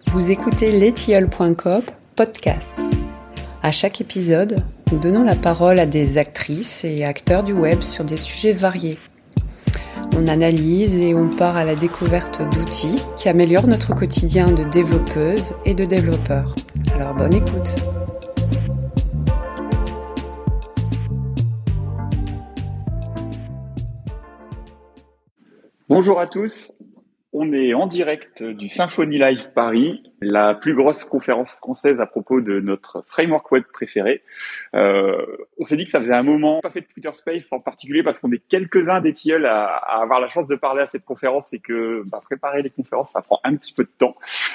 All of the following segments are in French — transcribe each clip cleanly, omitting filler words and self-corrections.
Vous écoutez lestilleuls.com podcast. À chaque épisode, nous donnons la parole à des actrices et acteurs du web sur des sujets variés. On analyse et on part à la découverte d'outils qui améliorent notre quotidien de développeuses et de développeurs. Alors bonne écoute. Bonjour à tous, on est en direct du Symfony Live Paris, la plus grosse conférence française à propos de notre framework web préféré. On s'est dit que ça faisait un moment, pas fait de Twitter Space en particulier parce qu'on est quelques-uns des tilleuls à avoir la chance de parler à cette conférence et que préparer les conférences, ça prend un petit peu de temps.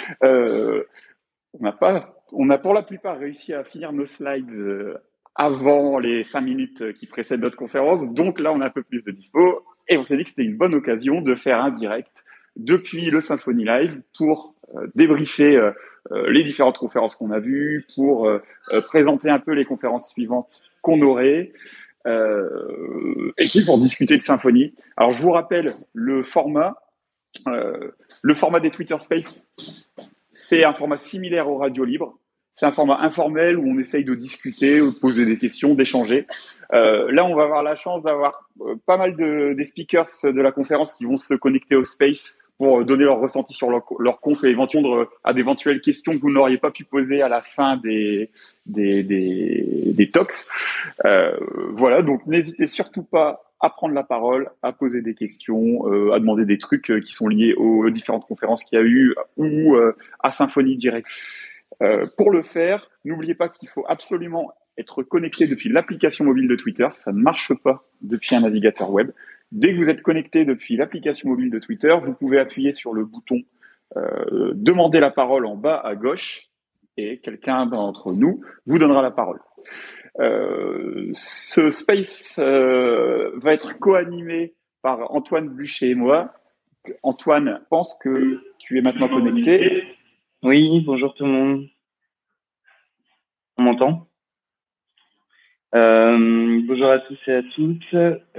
On a pour la plupart réussi à finir nos slides avant les 5 minutes qui précèdent notre conférence, donc là on a un peu plus de dispo et on s'est dit que c'était une bonne occasion de faire un direct depuis le Symfony Live pour débriefer les différentes conférences qu'on a vues, pour présenter un peu les conférences suivantes qu'on aurait, et puis pour discuter de Symfony. Alors je vous rappelle le format des Twitter Space, c'est un format similaire au Radio Libre. C'est un format informel où on essaye de discuter, de poser des questions, d'échanger. Là, on va avoir la chance d'avoir pas mal des speakers de la conférence qui vont se connecter au space pour donner leur ressenti sur leur conf et répondre à d'éventuelles questions que vous n'auriez pas pu poser à la fin des talks. Voilà, donc n'hésitez surtout pas à prendre la parole, à poser des questions, à demander des trucs qui sont liés aux différentes conférences qu'il y a eu ou à Symfony direct. Pour le faire, n'oubliez pas qu'il faut absolument être connecté depuis l'application mobile de Twitter. Ça ne marche pas depuis un navigateur web. Dès que vous êtes connecté depuis l'application mobile de Twitter, vous pouvez appuyer sur le bouton demander la parole en bas à gauche et quelqu'un d'entre nous vous donnera la parole. Ce space va être co-animé par Antoine Buchet et moi. Antoine, je pense que tu es maintenant connecté. Oui, bonjour tout le monde. On m'entend ? Bonjour à tous et à toutes.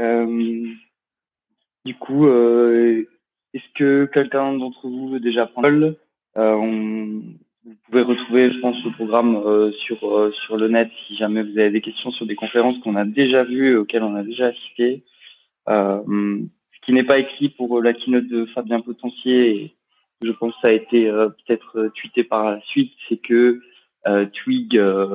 Du coup, est-ce que quelqu'un d'entre vous veut déjà prendre la parole ? Vous pouvez retrouver, je pense, le programme sur le net si jamais vous avez des questions sur des conférences qu'on a déjà vues, auxquelles on a déjà assisté. Ce qui n'est pas écrit pour la keynote de Fabien Potencier, et je pense que ça a été peut-être tweeté par la suite, c'est que Twig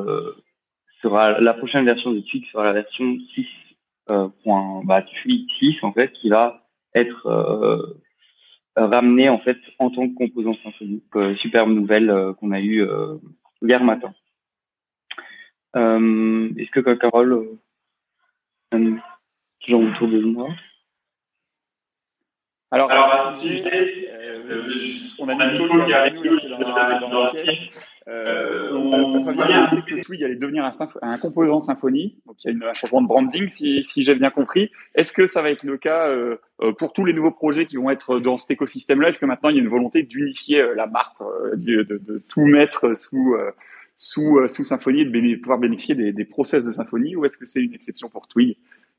la prochaine version de Twig sera la version 6. Twig 6 en fait, qui va être ramené en fait en tant que composant Symfony. Superbe nouvelle qu'on a eue hier matin. Est-ce que Carole toujours autour de moi? Alors on a Nico qui est dans la pièce. Fabien a annoncé que Twig allait devenir un composant Symfony. Donc il y a un changement de branding, si j'ai bien compris. Est-ce que ça va être le cas pour tous les nouveaux projets qui vont être dans cet écosystème-là? Est-ce que maintenant il y a une volonté d'unifier la marque, de tout mettre sous Symfony et de pouvoir bénéficier des process de Symfony, ou est-ce que c'est une exception pour Twig?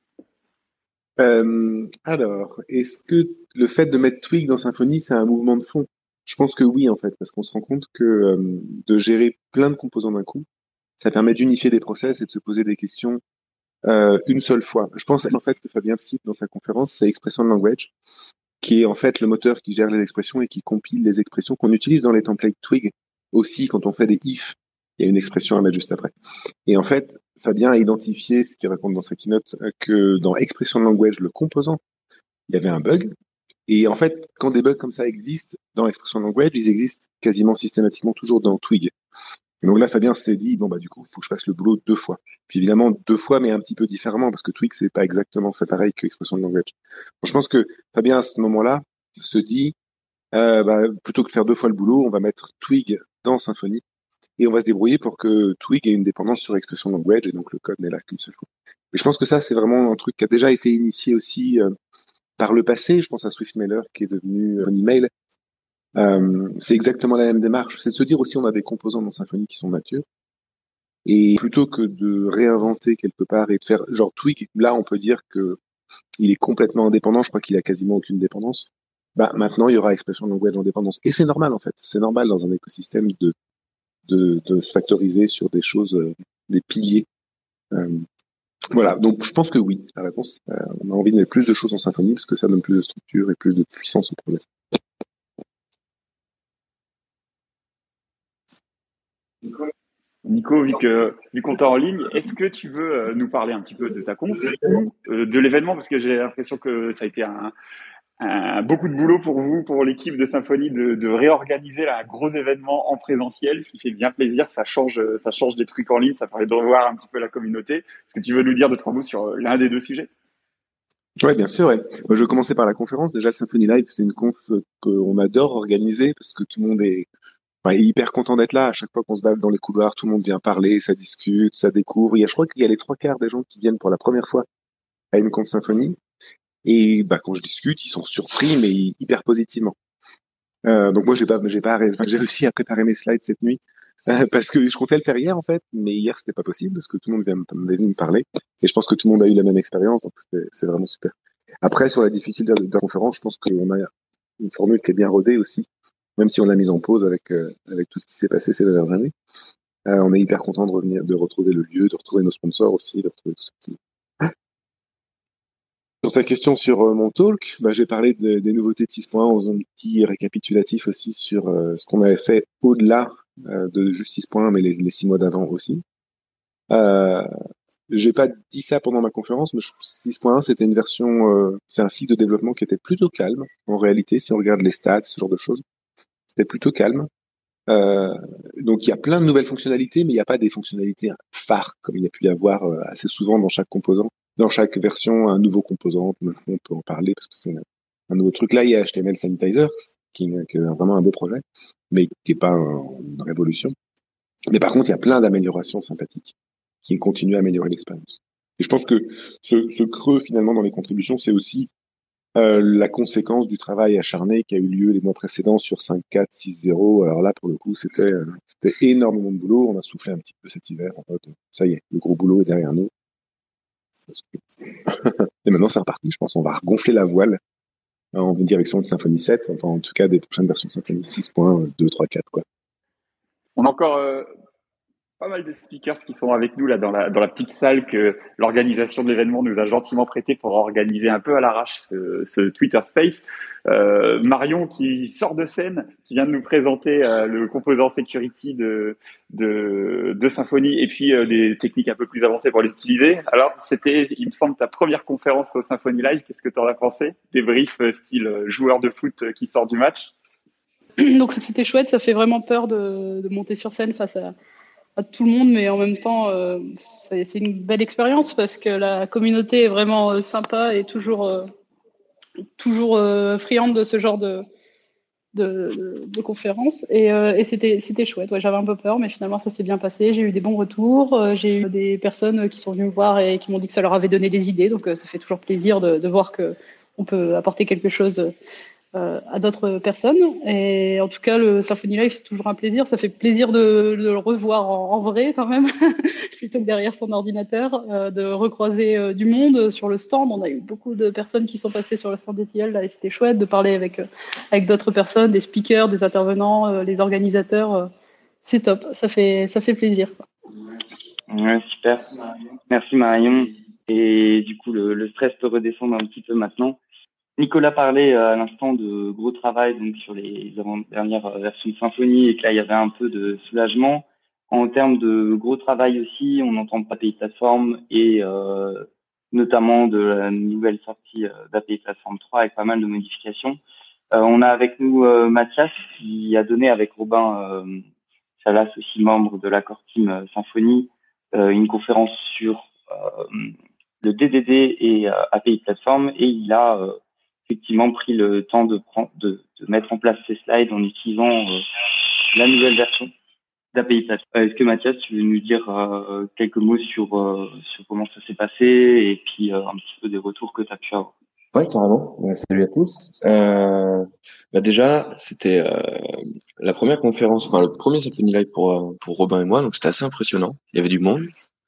Alors, est-ce que le fait de mettre Twig dans Symfony, c'est un mouvement de fond? Je pense que oui, en fait, parce qu'on se rend compte que de gérer plein de composants d'un coup, ça permet d'unifier des process et de se poser des questions une seule fois. Je pense en fait que Fabien cite dans sa conférence, c'est Expression Language, qui est en fait le moteur qui gère les expressions et qui compile les expressions qu'on utilise dans les templates Twig aussi quand on fait des if. Il y a une expression à mettre juste après. Et en fait, Fabien a identifié ce qu'il raconte dans sa keynote, que dans Expression Language, le composant, il y avait un bug. Et en fait, quand des bugs comme ça existent dans Expression Language, ils existent quasiment systématiquement toujours dans Twig. Et donc là, Fabien s'est dit, du coup, il faut que je fasse le boulot 2 fois. Puis évidemment, 2 fois, mais un petit peu différemment, parce que Twig, c'est pas exactement fait pareil que Expression Language. Donc, je pense que Fabien, à ce moment-là, se dit, plutôt que de faire 2 fois le boulot, on va mettre Twig dans Symfony. Et on va se débrouiller pour que Twig ait une dépendance sur Expression Language, et donc le code n'est là qu'une seule fois. Et je pense que ça, c'est vraiment un truc qui a déjà été initié aussi par le passé. Je pense à SwiftMailer qui est devenu un email. C'est exactement la même démarche. C'est de se dire aussi, on a des composants dans Symfony qui sont matures. Et plutôt que de réinventer quelque part et de faire genre Twig, là, on peut dire que il est complètement indépendant. Je crois qu'il a quasiment aucune dépendance. maintenant il y aura expression de langage d'indépendance. Et c'est normal en fait. C'est normal dans un écosystème de factoriser sur des choses, des piliers. Voilà, donc je pense que oui, la réponse, on a envie de mettre plus de choses en Symfony parce que ça donne plus de structure et plus de puissance au projet. Nico, vu qu'on t'a en ligne, est-ce que tu veux nous parler un petit peu de ta conf ou de l'événement? Parce que j'ai l'impression que ça a été beaucoup de boulot pour vous, pour l'équipe de Symfony, de réorganiser un gros événement en présentiel, ce qui fait bien plaisir. Ça change des trucs en ligne, ça permet de revoir un petit peu la communauté. Est-ce que tu veux nous dire 2-3 mots sur l'un des deux sujets? Ouais, bien sûr. Ouais. Moi, je vais commencer par la conférence. Déjà, Symfony Live, c'est une conf qu'on adore organiser parce que tout le monde est hyper content d'être là. À chaque fois qu'on se balade dans les couloirs, tout le monde vient parler, ça discute, ça découvre. Je crois qu'il y a les 3/4 des gens qui viennent pour la première fois à une conf Symfony. Et quand je discute, ils sont surpris, mais hyper positivement. Donc moi, j'ai réussi à préparer mes slides cette nuit parce que je comptais le faire hier en fait, mais hier c'était pas possible parce que tout le monde est venu me parler. Et je pense que tout le monde a eu la même expérience, donc c'est vraiment super. Après, sur la difficulté de la conférence, je pense qu'on a une formule qui est bien rodée aussi, même si on l'a mise en pause avec tout ce qui s'est passé ces dernières années. On est hyper content de revenir, de retrouver le lieu, de retrouver nos sponsors aussi, de retrouver tout ça. Sur ta question sur mon talk, j'ai parlé des nouveautés de 6.1 en faisant un petit récapitulatif aussi sur ce qu'on avait fait au-delà de juste 6.1, mais les 6 mois d'avant aussi. J'ai pas dit ça pendant ma conférence, mais 6.1 c'était une version, c'est un cycle de développement qui était plutôt calme. En réalité, si on regarde les stats, ce genre de choses, c'était plutôt calme. Donc il y a plein de nouvelles fonctionnalités, mais il n'y a pas des fonctionnalités phares comme il y a pu y avoir assez souvent dans chaque composant. Dans chaque version, un nouveau composant, on peut en parler parce que c'est un nouveau truc. Là, il y a HTML Sanitizer, qui est vraiment un beau projet, mais qui n'est pas une révolution. Mais par contre, il y a plein d'améliorations sympathiques qui continuent à améliorer l'expérience. Et je pense que ce creux, finalement, dans les contributions, c'est aussi la conséquence du travail acharné qui a eu lieu les mois précédents sur 5.4, 6.0. Alors là, pour le coup, c'était énormément de boulot. On a soufflé un petit peu cet hiver. En fait, ça y est, le gros boulot est derrière nous. Et maintenant, c'est reparti. Je pense qu'on va regonfler la voile en direction de Symfony 7, enfin, en tout cas des prochaines versions Symfony 6.2, 3, 4, quoi. On a encore pas mal de speakers qui sont avec nous là dans la petite salle que l'organisation de l'événement nous a gentiment prêté pour organiser un peu à l'arrache ce Twitter Space. Marion qui sort de scène, qui vient de nous présenter le composant security de Symfony et puis des techniques un peu plus avancées pour les utiliser. Alors c'était, il me semble, ta première conférence au Symfony Live. Qu'est-ce que tu en as pensé? Débrief style joueur de foot qui sort du match? Donc c'était chouette, ça fait vraiment peur de monter sur scène face à tout le monde, mais en même temps, c'est une belle expérience parce que la communauté est vraiment sympa et toujours friande de ce genre de conférences. Et c'était chouette. Ouais, j'avais un peu peur, mais finalement, ça s'est bien passé. J'ai eu des bons retours. J'ai eu des personnes qui sont venues me voir et qui m'ont dit que ça leur avait donné des idées. Donc, ça fait toujours plaisir de voir qu'on peut apporter quelque chose à d'autres personnes. Et en tout cas, le Symfony Live, c'est toujours un plaisir. Ça fait plaisir de le revoir en vrai quand même, plutôt que derrière son ordinateur, de recroiser du monde sur le stand. On a eu beaucoup de personnes qui sont passées sur le stand d'ETL, là, et c'était chouette de parler avec d'autres personnes, des speakers, des intervenants, les organisateurs. C'est top, ça fait plaisir. Ouais, super. Merci Marion. Et du coup, le stress peut redescendre un petit peu maintenant. Nicolas parlait à l'instant de gros travail donc sur les avant-dernières versions de Symfony et que là il y avait un peu de soulagement. En termes de gros travail aussi, on entend API Platform et notamment de la nouvelle sortie d'API Platform 3 avec pas mal de modifications. On a avec nous Mathias qui a donné avec Robin Salas, aussi membre de l'accord team Symfony, une conférence sur le DDD et API Platform et il a effectivement pris le temps de mettre en place ces slides en utilisant la nouvelle version d'API Platform. Est-ce que Mathias, tu veux nous dire quelques mots sur comment ça s'est passé et puis un petit peu des retours que tu as pu avoir? Ouais, carrément. Ouais, salut à tous. Déjà, c'était la première conférence, enfin le premier Symfony Live pour Robin et moi, donc c'était assez impressionnant. Il y avait du monde.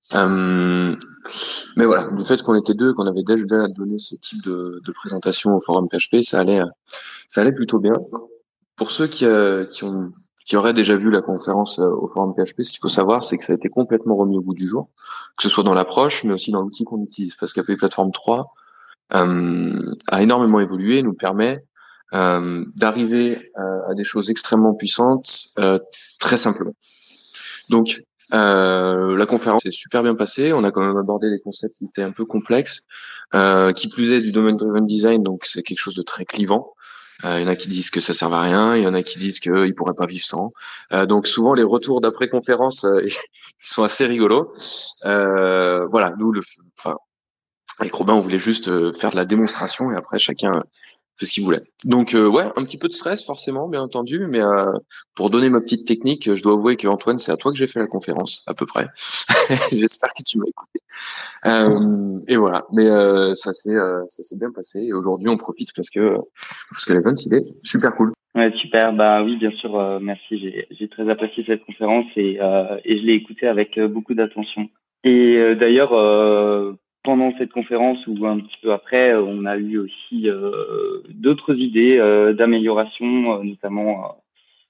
Mais voilà, du fait qu'on était deux, qu'on avait déjà donné ce type de présentation au forum PHP, ça allait plutôt bien. Pour ceux qui auraient déjà vu la conférence au forum PHP, ce qu'il faut savoir, c'est que ça a été complètement remis au goût du jour, que ce soit dans l'approche, mais aussi dans l'outil qu'on utilise, parce qu'API Platform 3 a énormément évolué, nous permet d'arriver à des choses extrêmement puissantes très simplement. Donc, la conférence s'est super bien passée. On a quand même abordé des concepts qui étaient un peu complexes, qui plus est du domain-driven design, donc c'est quelque chose de très clivant. Il y en a qui disent que ça sert à rien, il y en a qui disent qu'ils pourraient pas vivre sans. Donc souvent les retours d'après conférence ils sont assez rigolos. Voilà, enfin, avec Robin, on voulait juste faire de la démonstration et après chacun fait ce qu'il voulait. Donc ouais, un petit peu de stress forcément, bien entendu, mais pour donner ma petite technique, je dois avouer que Antoine, c'est à toi que j'ai fait la conférence, à peu près. J'espère que tu m'as écouté. Et voilà, mais ça s'est bien passé et aujourd'hui on profite parce que l'event il est super cool. Ouais, super. Bah oui, bien sûr. Merci. J'ai très apprécié cette conférence et je l'ai écoutée avec beaucoup d'attention. Et d'ailleurs, pendant cette conférence ou un petit peu après, on a eu aussi d'autres idées d'amélioration, notamment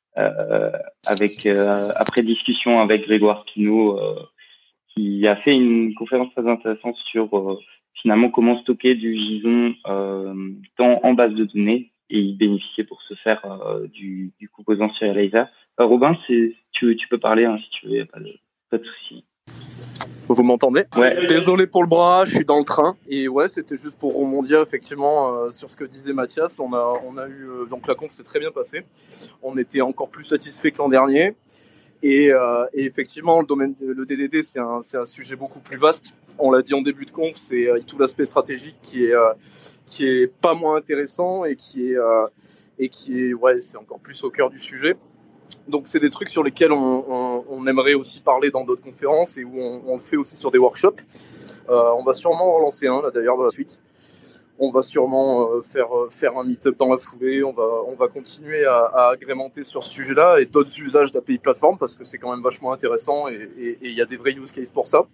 après discussion avec Grégoire Pinault, qui a fait une conférence très intéressante sur finalement comment stocker du JSON en base de données et y bénéficier pour se faire du composant serializer. Robin, tu peux parler hein, si tu veux, pas de souci. Vous m'entendez? Ouais. Désolé pour le bras, je suis dans le train. Et ouais, c'était juste pour rebondir effectivement sur ce que disait Mathias. On a eu donc la conf s'est très bien passée. On était encore plus satisfait que l'an dernier. Et effectivement, le DDD, c'est un sujet beaucoup plus vaste. On l'a dit en début de conf, c'est tout l'aspect stratégique qui est pas moins intéressant et qui est ouais, c'est encore plus au cœur du sujet. Donc c'est des trucs sur lesquels on aimerait aussi parler dans d'autres conférences et où on le fait aussi sur des workshops. On va sûrement en relancer un là d'ailleurs dans la suite. On va sûrement faire un meet-up dans la foulée. On va continuer à agrémenter sur ce sujet-là et d'autres usages d'API Platform parce que c'est quand même vachement intéressant et il y a des vrais use cases pour ça.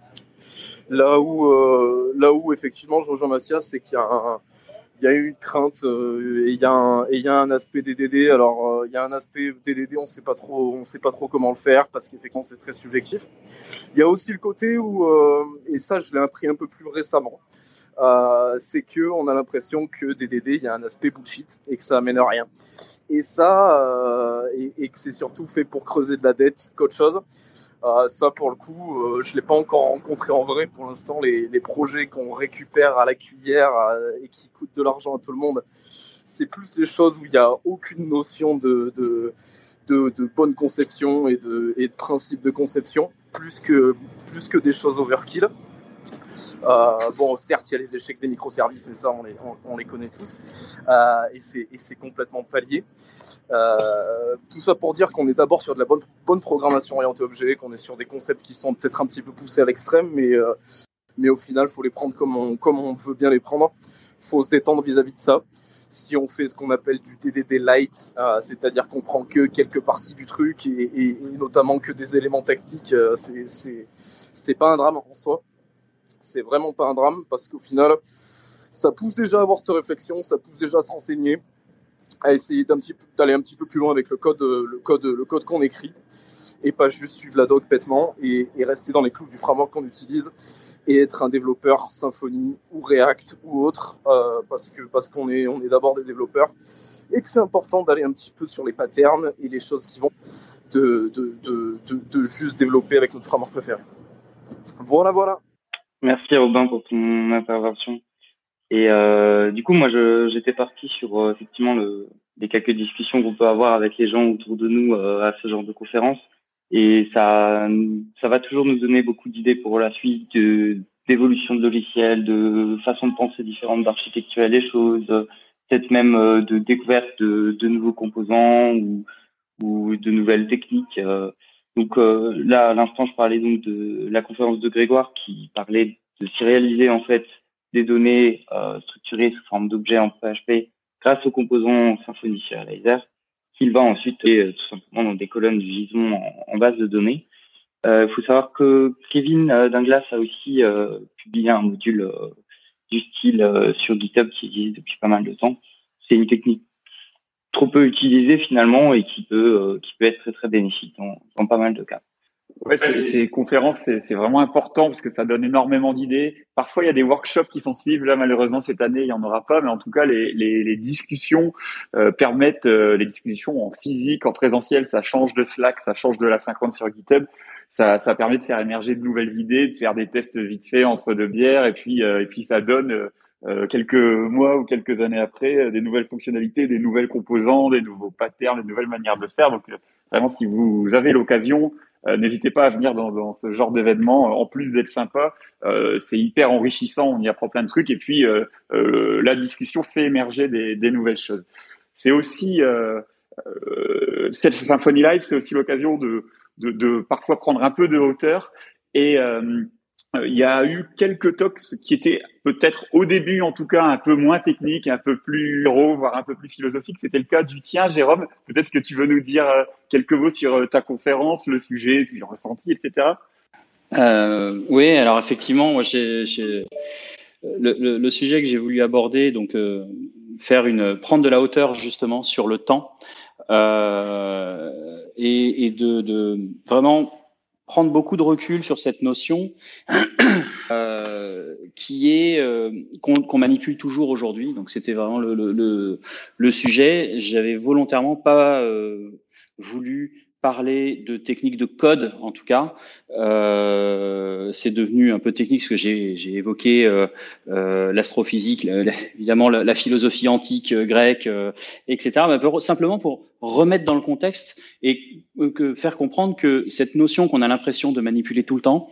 Là où effectivement je rejoins Mathias, c'est qu'il y a une crainte et il y a un aspect DDD. Alors il y a un aspect DDD, on sait pas trop comment le faire parce qu'effectivement c'est très subjectif. Il y a aussi le côté où et ça je l'ai appris un peu plus récemment. C'est que on a l'impression que DDD il y a un aspect bullshit et que ça amène à rien. Et ça et que c'est surtout fait pour creuser de la dette qu'autre chose. Ça, pour le coup, je ne l'ai pas encore rencontré en vrai. Pour l'instant, les projets qu'on récupère à la cuillère et qui coûtent de l'argent à tout le monde, c'est plus les choses où il n'y a aucune notion de bonne conception et de principe de conception, plus que des choses overkill. Bon, certes, il y a les échecs des microservices, mais ça, on les connaît tous. Et c'est complètement palier. Tout ça pour dire qu'on est d'abord sur de la bonne programmation orientée objet, qu'on est sur des concepts qui sont peut-être un petit peu poussés à l'extrême, mais au final, il faut les prendre comme on veut bien les prendre. Il faut se détendre vis-à-vis de ça. Si on fait ce qu'on appelle du DDD light, c'est-à-dire qu'on prend que quelques parties du truc et notamment que des éléments techniques, c'est pas un drame en soi. C'est vraiment pas un drame parce qu'au final, ça pousse déjà à avoir cette réflexion, ça pousse déjà à se renseigner, à essayer d'aller un petit peu plus loin avec le code qu'on écrit et pas juste suivre la doc bêtement et rester dans les clous du framework qu'on utilise et être un développeur Symfony ou React ou autre parce qu'on est d'abord des développeurs et que c'est important d'aller un petit peu sur les patterns et les choses qui vont de juste développer avec notre framework préféré. Voilà. Merci Robin pour ton intervention. Et du coup, moi, j'étais parti sur effectivement les quelques discussions qu'on peut avoir avec les gens autour de nous à ce genre de conférence. Et ça va toujours nous donner beaucoup d'idées pour la suite, d'évolution de logiciels, de façon de penser différente, d'architecturer les choses, peut-être même de découverte de nouveaux composants ou de nouvelles techniques. Donc là, à l'instant, je parlais donc de la conférence de Grégoire qui parlait de serialiser en fait des données structurées sous forme d'objets en PHP grâce aux composants Symfony Serializer qu'il va ensuite tout simplement dans des colonnes du JSON en base de données. faut savoir que Kevin Dinglas a aussi publié un module du style sur GitHub qui existe depuis pas mal de temps. C'est une technique trop peu utilisée finalement et qui peut être très très bénéfique dans pas mal de cas. Ouais, ces conférences, c'est vraiment important parce que ça donne énormément d'idées. Parfois, il y a des workshops qui s'en suivent. Là, malheureusement, cette année, il y en aura pas. Mais en tout cas, les discussions permettent, les discussions en physique, en présentiel, ça change de Slack, ça change de la synchrone sur GitHub. Ça permet de faire émerger de nouvelles idées, de faire des tests vite fait entre deux bières. Et puis ça donne quelques mois ou quelques années après des nouvelles fonctionnalités, des nouvelles composants, des nouveaux patterns, des nouvelles manières de faire. Donc, vraiment, si vous avez l'occasion, n'hésitez pas à venir dans ce genre d'événement. En plus d'être sympa, c'est hyper enrichissant. On y apprend plein de trucs. Et puis, la discussion fait émerger des nouvelles choses. C'est aussi cette Symfony Live, c'est aussi l'occasion de parfois prendre un peu de hauteur. Et il y a eu quelques talks qui étaient peut-être au début, en tout cas, un peu moins techniques, un peu plus raw, voire un peu plus philosophiques. C'était le cas du tien, Jérôme. Peut-être que tu veux nous dire quelques mots sur ta conférence, le sujet, puis le ressenti, etc. Oui, alors effectivement, moi, le sujet que j'ai voulu aborder, donc prendre de la hauteur justement sur le temps et de vraiment prendre beaucoup de recul sur cette notion qui est qu'on manipule toujours aujourd'hui. Donc c'était vraiment le sujet. J'avais volontairement pas voulu parler de techniques de code, en tout cas. C'est devenu un peu technique, parce que j'ai évoqué l'astrophysique, évidemment la philosophie antique grecque, etc. Mais simplement pour remettre dans le contexte et faire comprendre que cette notion qu'on a l'impression de manipuler tout le temps,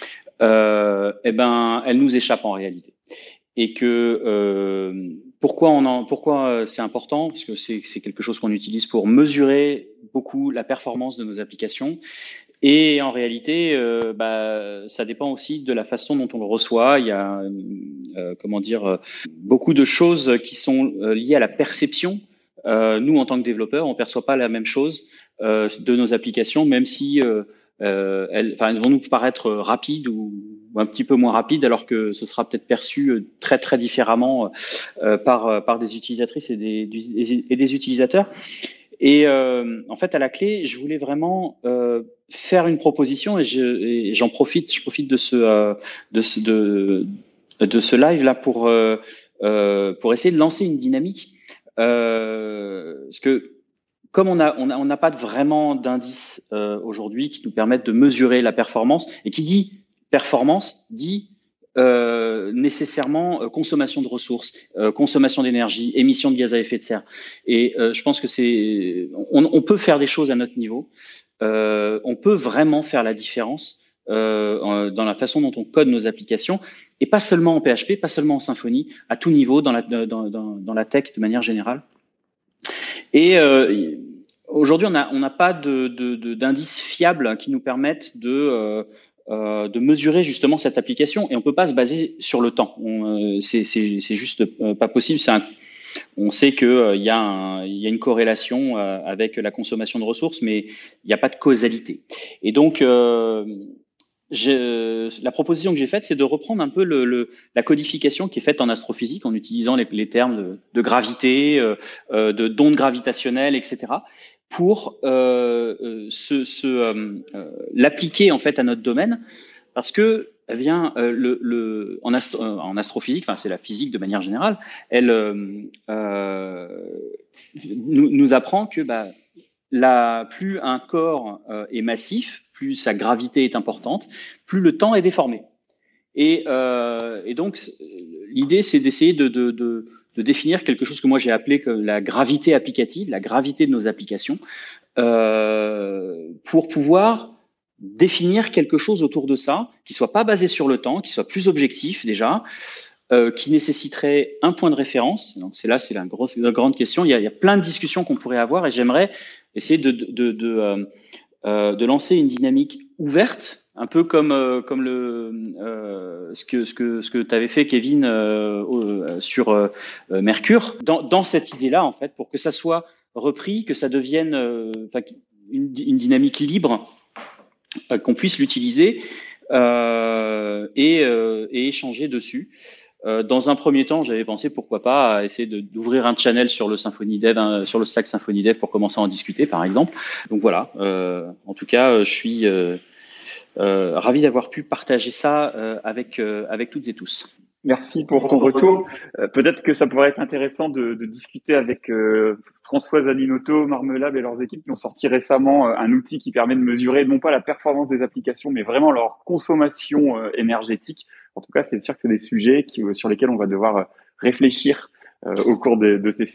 elle nous échappe en réalité. Et que pourquoi c'est important, parce que c'est quelque chose qu'on utilise pour mesurer beaucoup la performance de nos applications. Et en réalité, ça dépend aussi de la façon dont on le reçoit. Il y a beaucoup de choses qui sont liées à la perception. Nous, en tant que développeurs, on perçoit pas la même chose de nos applications, même si elles vont nous paraître rapides ou un petit peu moins rapides, alors que ce sera peut-être perçu très très différemment par des utilisatrices et des utilisateurs. Et en fait, à la clé, je voulais vraiment faire une proposition, et je profite de ce live là pour essayer de lancer une dynamique, parce que comme on n'a pas vraiment d'indices aujourd'hui qui nous permettent de mesurer la performance, et qui dit performance dit nécessairement consommation de ressources, consommation d'énergie, émission de gaz à effet de serre. Et je pense que on peut faire des choses à notre niveau. On peut vraiment faire la différence dans la façon dont on code nos applications, et pas seulement en PHP, pas seulement en Symfony, à tout niveau dans la tech de manière générale. Et aujourd'hui, on n'a pas d'indices fiables qui nous permettent de mesurer justement cette application, et on peut pas se baser sur le temps. C'est juste pas possible. On sait que il y a une corrélation avec la consommation de ressources, mais il n'y a pas de causalité. Et donc la proposition que j'ai faite, c'est de reprendre un peu la codification qui est faite en astrophysique en utilisant les termes de gravité, d'ondes gravitationnelles, etc., pour l'appliquer en fait à notre domaine, parce que en astrophysique, enfin c'est la physique de manière générale, elle nous apprend que plus un corps est massif, plus sa gravité est importante, plus le temps est déformé. Et donc l'idée, c'est d'essayer de définir quelque chose que moi j'ai appelé que la gravité applicative, la gravité de nos applications, pour pouvoir définir quelque chose autour de ça, qui soit pas basé sur le temps, qui soit plus objectif déjà, qui nécessiterait un point de référence. Donc c'est la grande question. Il y a plein de discussions qu'on pourrait avoir, et j'aimerais essayer de lancer une dynamique ouverte, un peu comme ce que tu avais fait, Kevin, sur Mercure, dans cette idée-là, en fait, pour que ça soit repris, que ça devienne une dynamique libre, qu'on puisse l'utiliser et échanger dessus. Dans un premier temps, j'avais pensé pourquoi pas à essayer d'ouvrir un channel sur le Symfony Dev, sur le Slack Symfony Dev pour commencer à en discuter, par exemple. Donc voilà. En tout cas, je suis ravi d'avoir pu partager ça avec toutes et tous. Merci pour ton retour. Peut-être que ça pourrait être intéressant de discuter avec Françoise Alinotto, Marmelab et leurs équipes qui ont sorti récemment un outil qui permet de mesurer non pas la performance des applications, mais vraiment leur consommation énergétique. En tout cas, c'est sûr que c'est des sujets sur lesquels on va devoir réfléchir au cours de ces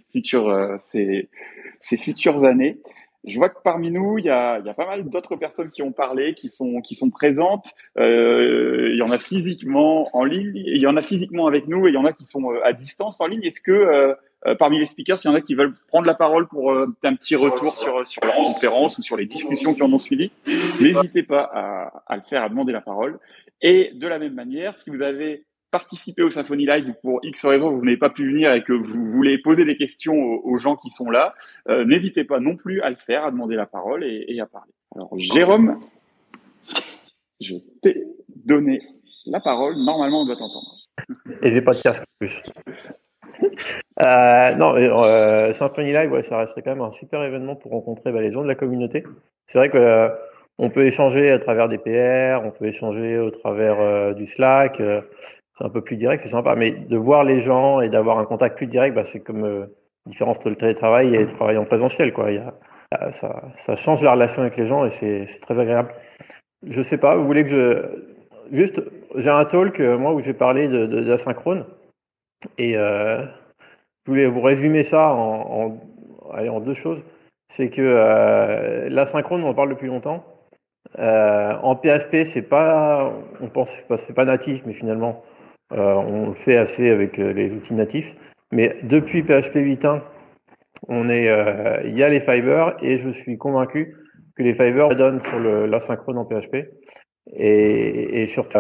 futures années. Je vois que parmi nous, il y a pas mal d'autres personnes qui ont parlé, qui sont présentes. Il y en a physiquement en ligne, il y en a physiquement avec nous, et il y en a qui sont à distance en ligne. Est-ce que parmi les speakers, il y en a qui veulent prendre la parole pour un petit retour sur leur conférence ou sur les discussions qui en ont suivi? N'hésitez pas à le faire, à demander la parole. Et de la même manière, si vous avez participé au Symfony Live ou pour X raisons vous n'avez pas pu venir et que vous voulez poser des questions aux gens qui sont là, n'hésitez pas non plus à le faire, à demander la parole et à parler. Alors Jérôme, je t'ai donné la parole. Normalement, on doit t'entendre. Et j'ai pas de casque en plus. Symfony Live, ouais, ça resterait quand même un super événement pour rencontrer les gens de la communauté. C'est vrai que on peut échanger à travers des PR, on peut échanger au travers du Slack. C'est un peu plus direct, c'est sympa. Mais de voir les gens et d'avoir un contact plus direct, c'est comme différence entre le télétravail et le travail en présentiel, quoi. Ça change la relation avec les gens et c'est très agréable. Je sais pas, vous voulez que j'ai un talk moi où j'ai parlé d'asynchrone et je voulais vous résumer ça en deux choses. C'est que l'asynchrone, on en parle depuis longtemps. En PHP, c'est pas natif, mais finalement, on le fait assez avec les outils natifs. Mais depuis PHP 8.1, il y a les fibers et je suis convaincu que les fibers donnent sur l'asynchrone en PHP. Et surtout,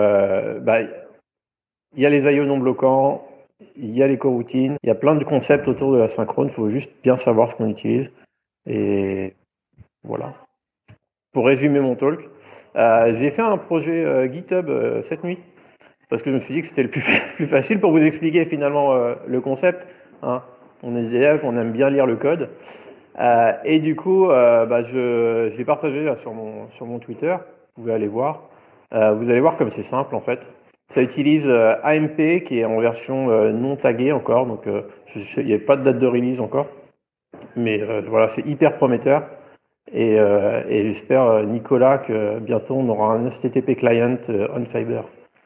il y a les IO non bloquants, il y a les coroutines, il y a plein de concepts autour de l'asynchrone. Il faut juste bien savoir ce qu'on utilise. Et voilà. Pour résumer mon talk, j'ai fait un projet GitHub cette nuit parce que je me suis dit que c'était le plus facile pour vous expliquer finalement le concept. Hein. On est des élèves, on aime bien lire le code. Et du coup, je l'ai partagé là, sur mon Twitter. Vous pouvez aller voir. Vous allez voir comme c'est simple en fait. Ça utilise AMP qui est en version non taguée encore, donc il n'y a pas de date de release encore. Mais voilà, c'est hyper prometteur. Et j'espère, Nicolas, que bientôt on aura un HTTP client on Fiber.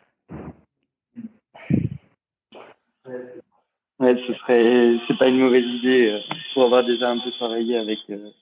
Ouais, c'est pas une mauvaise idée pour avoir déjà un peu travaillé avec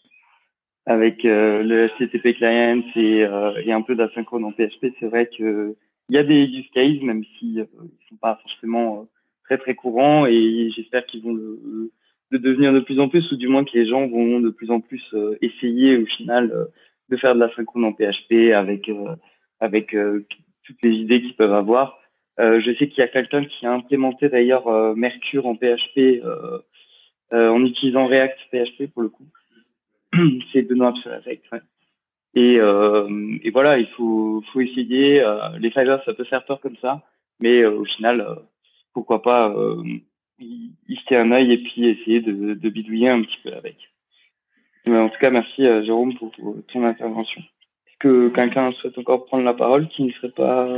le HTTP client et un peu d'asynchrone en PHP. C'est vrai que il y a des use cases, même si ils sont pas forcément très très courants, et j'espère qu'ils vont le devenir de plus en plus, ou du moins que les gens vont de plus en plus essayer au final de faire de l'asynchrone en PHP avec toutes les idées qu'ils peuvent avoir. Je sais qu'il y a quelqu'un qui a implémenté d'ailleurs Mercure en PHP en utilisant React PHP pour le coup. C'est Benoît Absolavec, ouais. Et voilà, il faut essayer. Les fibers, ça peut faire peur comme ça, mais au final, pourquoi pas y jeter un œil et puis essayer de bidouiller un petit peu avec. Mais en tout cas, merci Jérôme pour ton intervention. Est-ce que quelqu'un souhaite encore prendre la parole qui ne serait pas...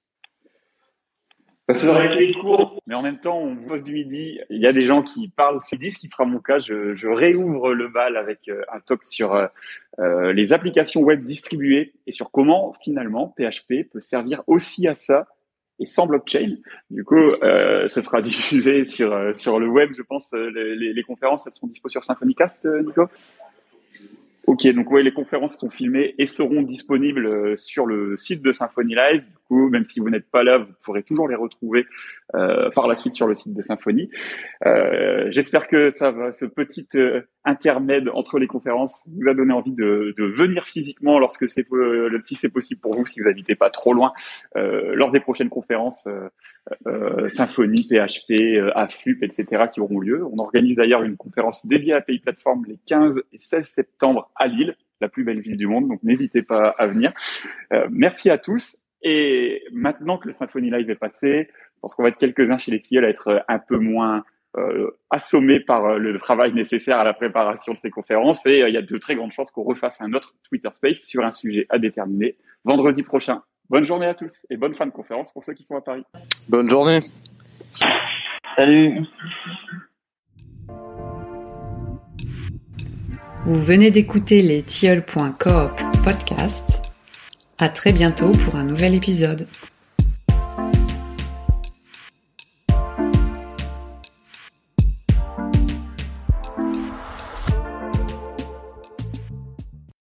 Ça aurait été court, mais en même temps, on pose du midi. Il y a des gens qui parlent midi, ce qui sera mon cas. Je réouvre le bal avec un talk sur les applications web distribuées et sur comment, finalement, PHP peut servir aussi à ça et sans blockchain. Du coup, ce sera diffusé sur le web, je pense. Les conférences, elles seront dispo sur Symfonycast, Nico ? Ok, donc ouais, les conférences sont filmées et seront disponibles sur le site de Symfony Live. Du coup, même si vous n'êtes pas là, vous pourrez toujours les retrouver par la suite sur le site de Symfony. J'espère que ce petit intermède entre les conférences vous a donné envie de venir physiquement lorsque si c'est possible pour vous, si vous n'habitez pas trop loin, lors des prochaines conférences Symfony, PHP, AFUP, etc. qui auront lieu. On organise d'ailleurs une conférence dédiée à API Platform les 15 et 16 septembre à Lille. la plus belle ville du monde, donc n'hésitez pas à venir. Merci à tous. Et maintenant que le Symfony Live est passé, je pense qu'on va être quelques-uns chez les tilleuls à être un peu moins assommés par le travail nécessaire à la préparation de ces conférences. Et il y a de très grandes chances qu'on refasse un autre Twitter Space sur un sujet à déterminer vendredi prochain. Bonne journée à tous et bonne fin de conférence pour ceux qui sont à Paris. Bonne journée. Salut. Vous venez d'écouter les tilleuls.coop podcast. À très bientôt pour un nouvel épisode.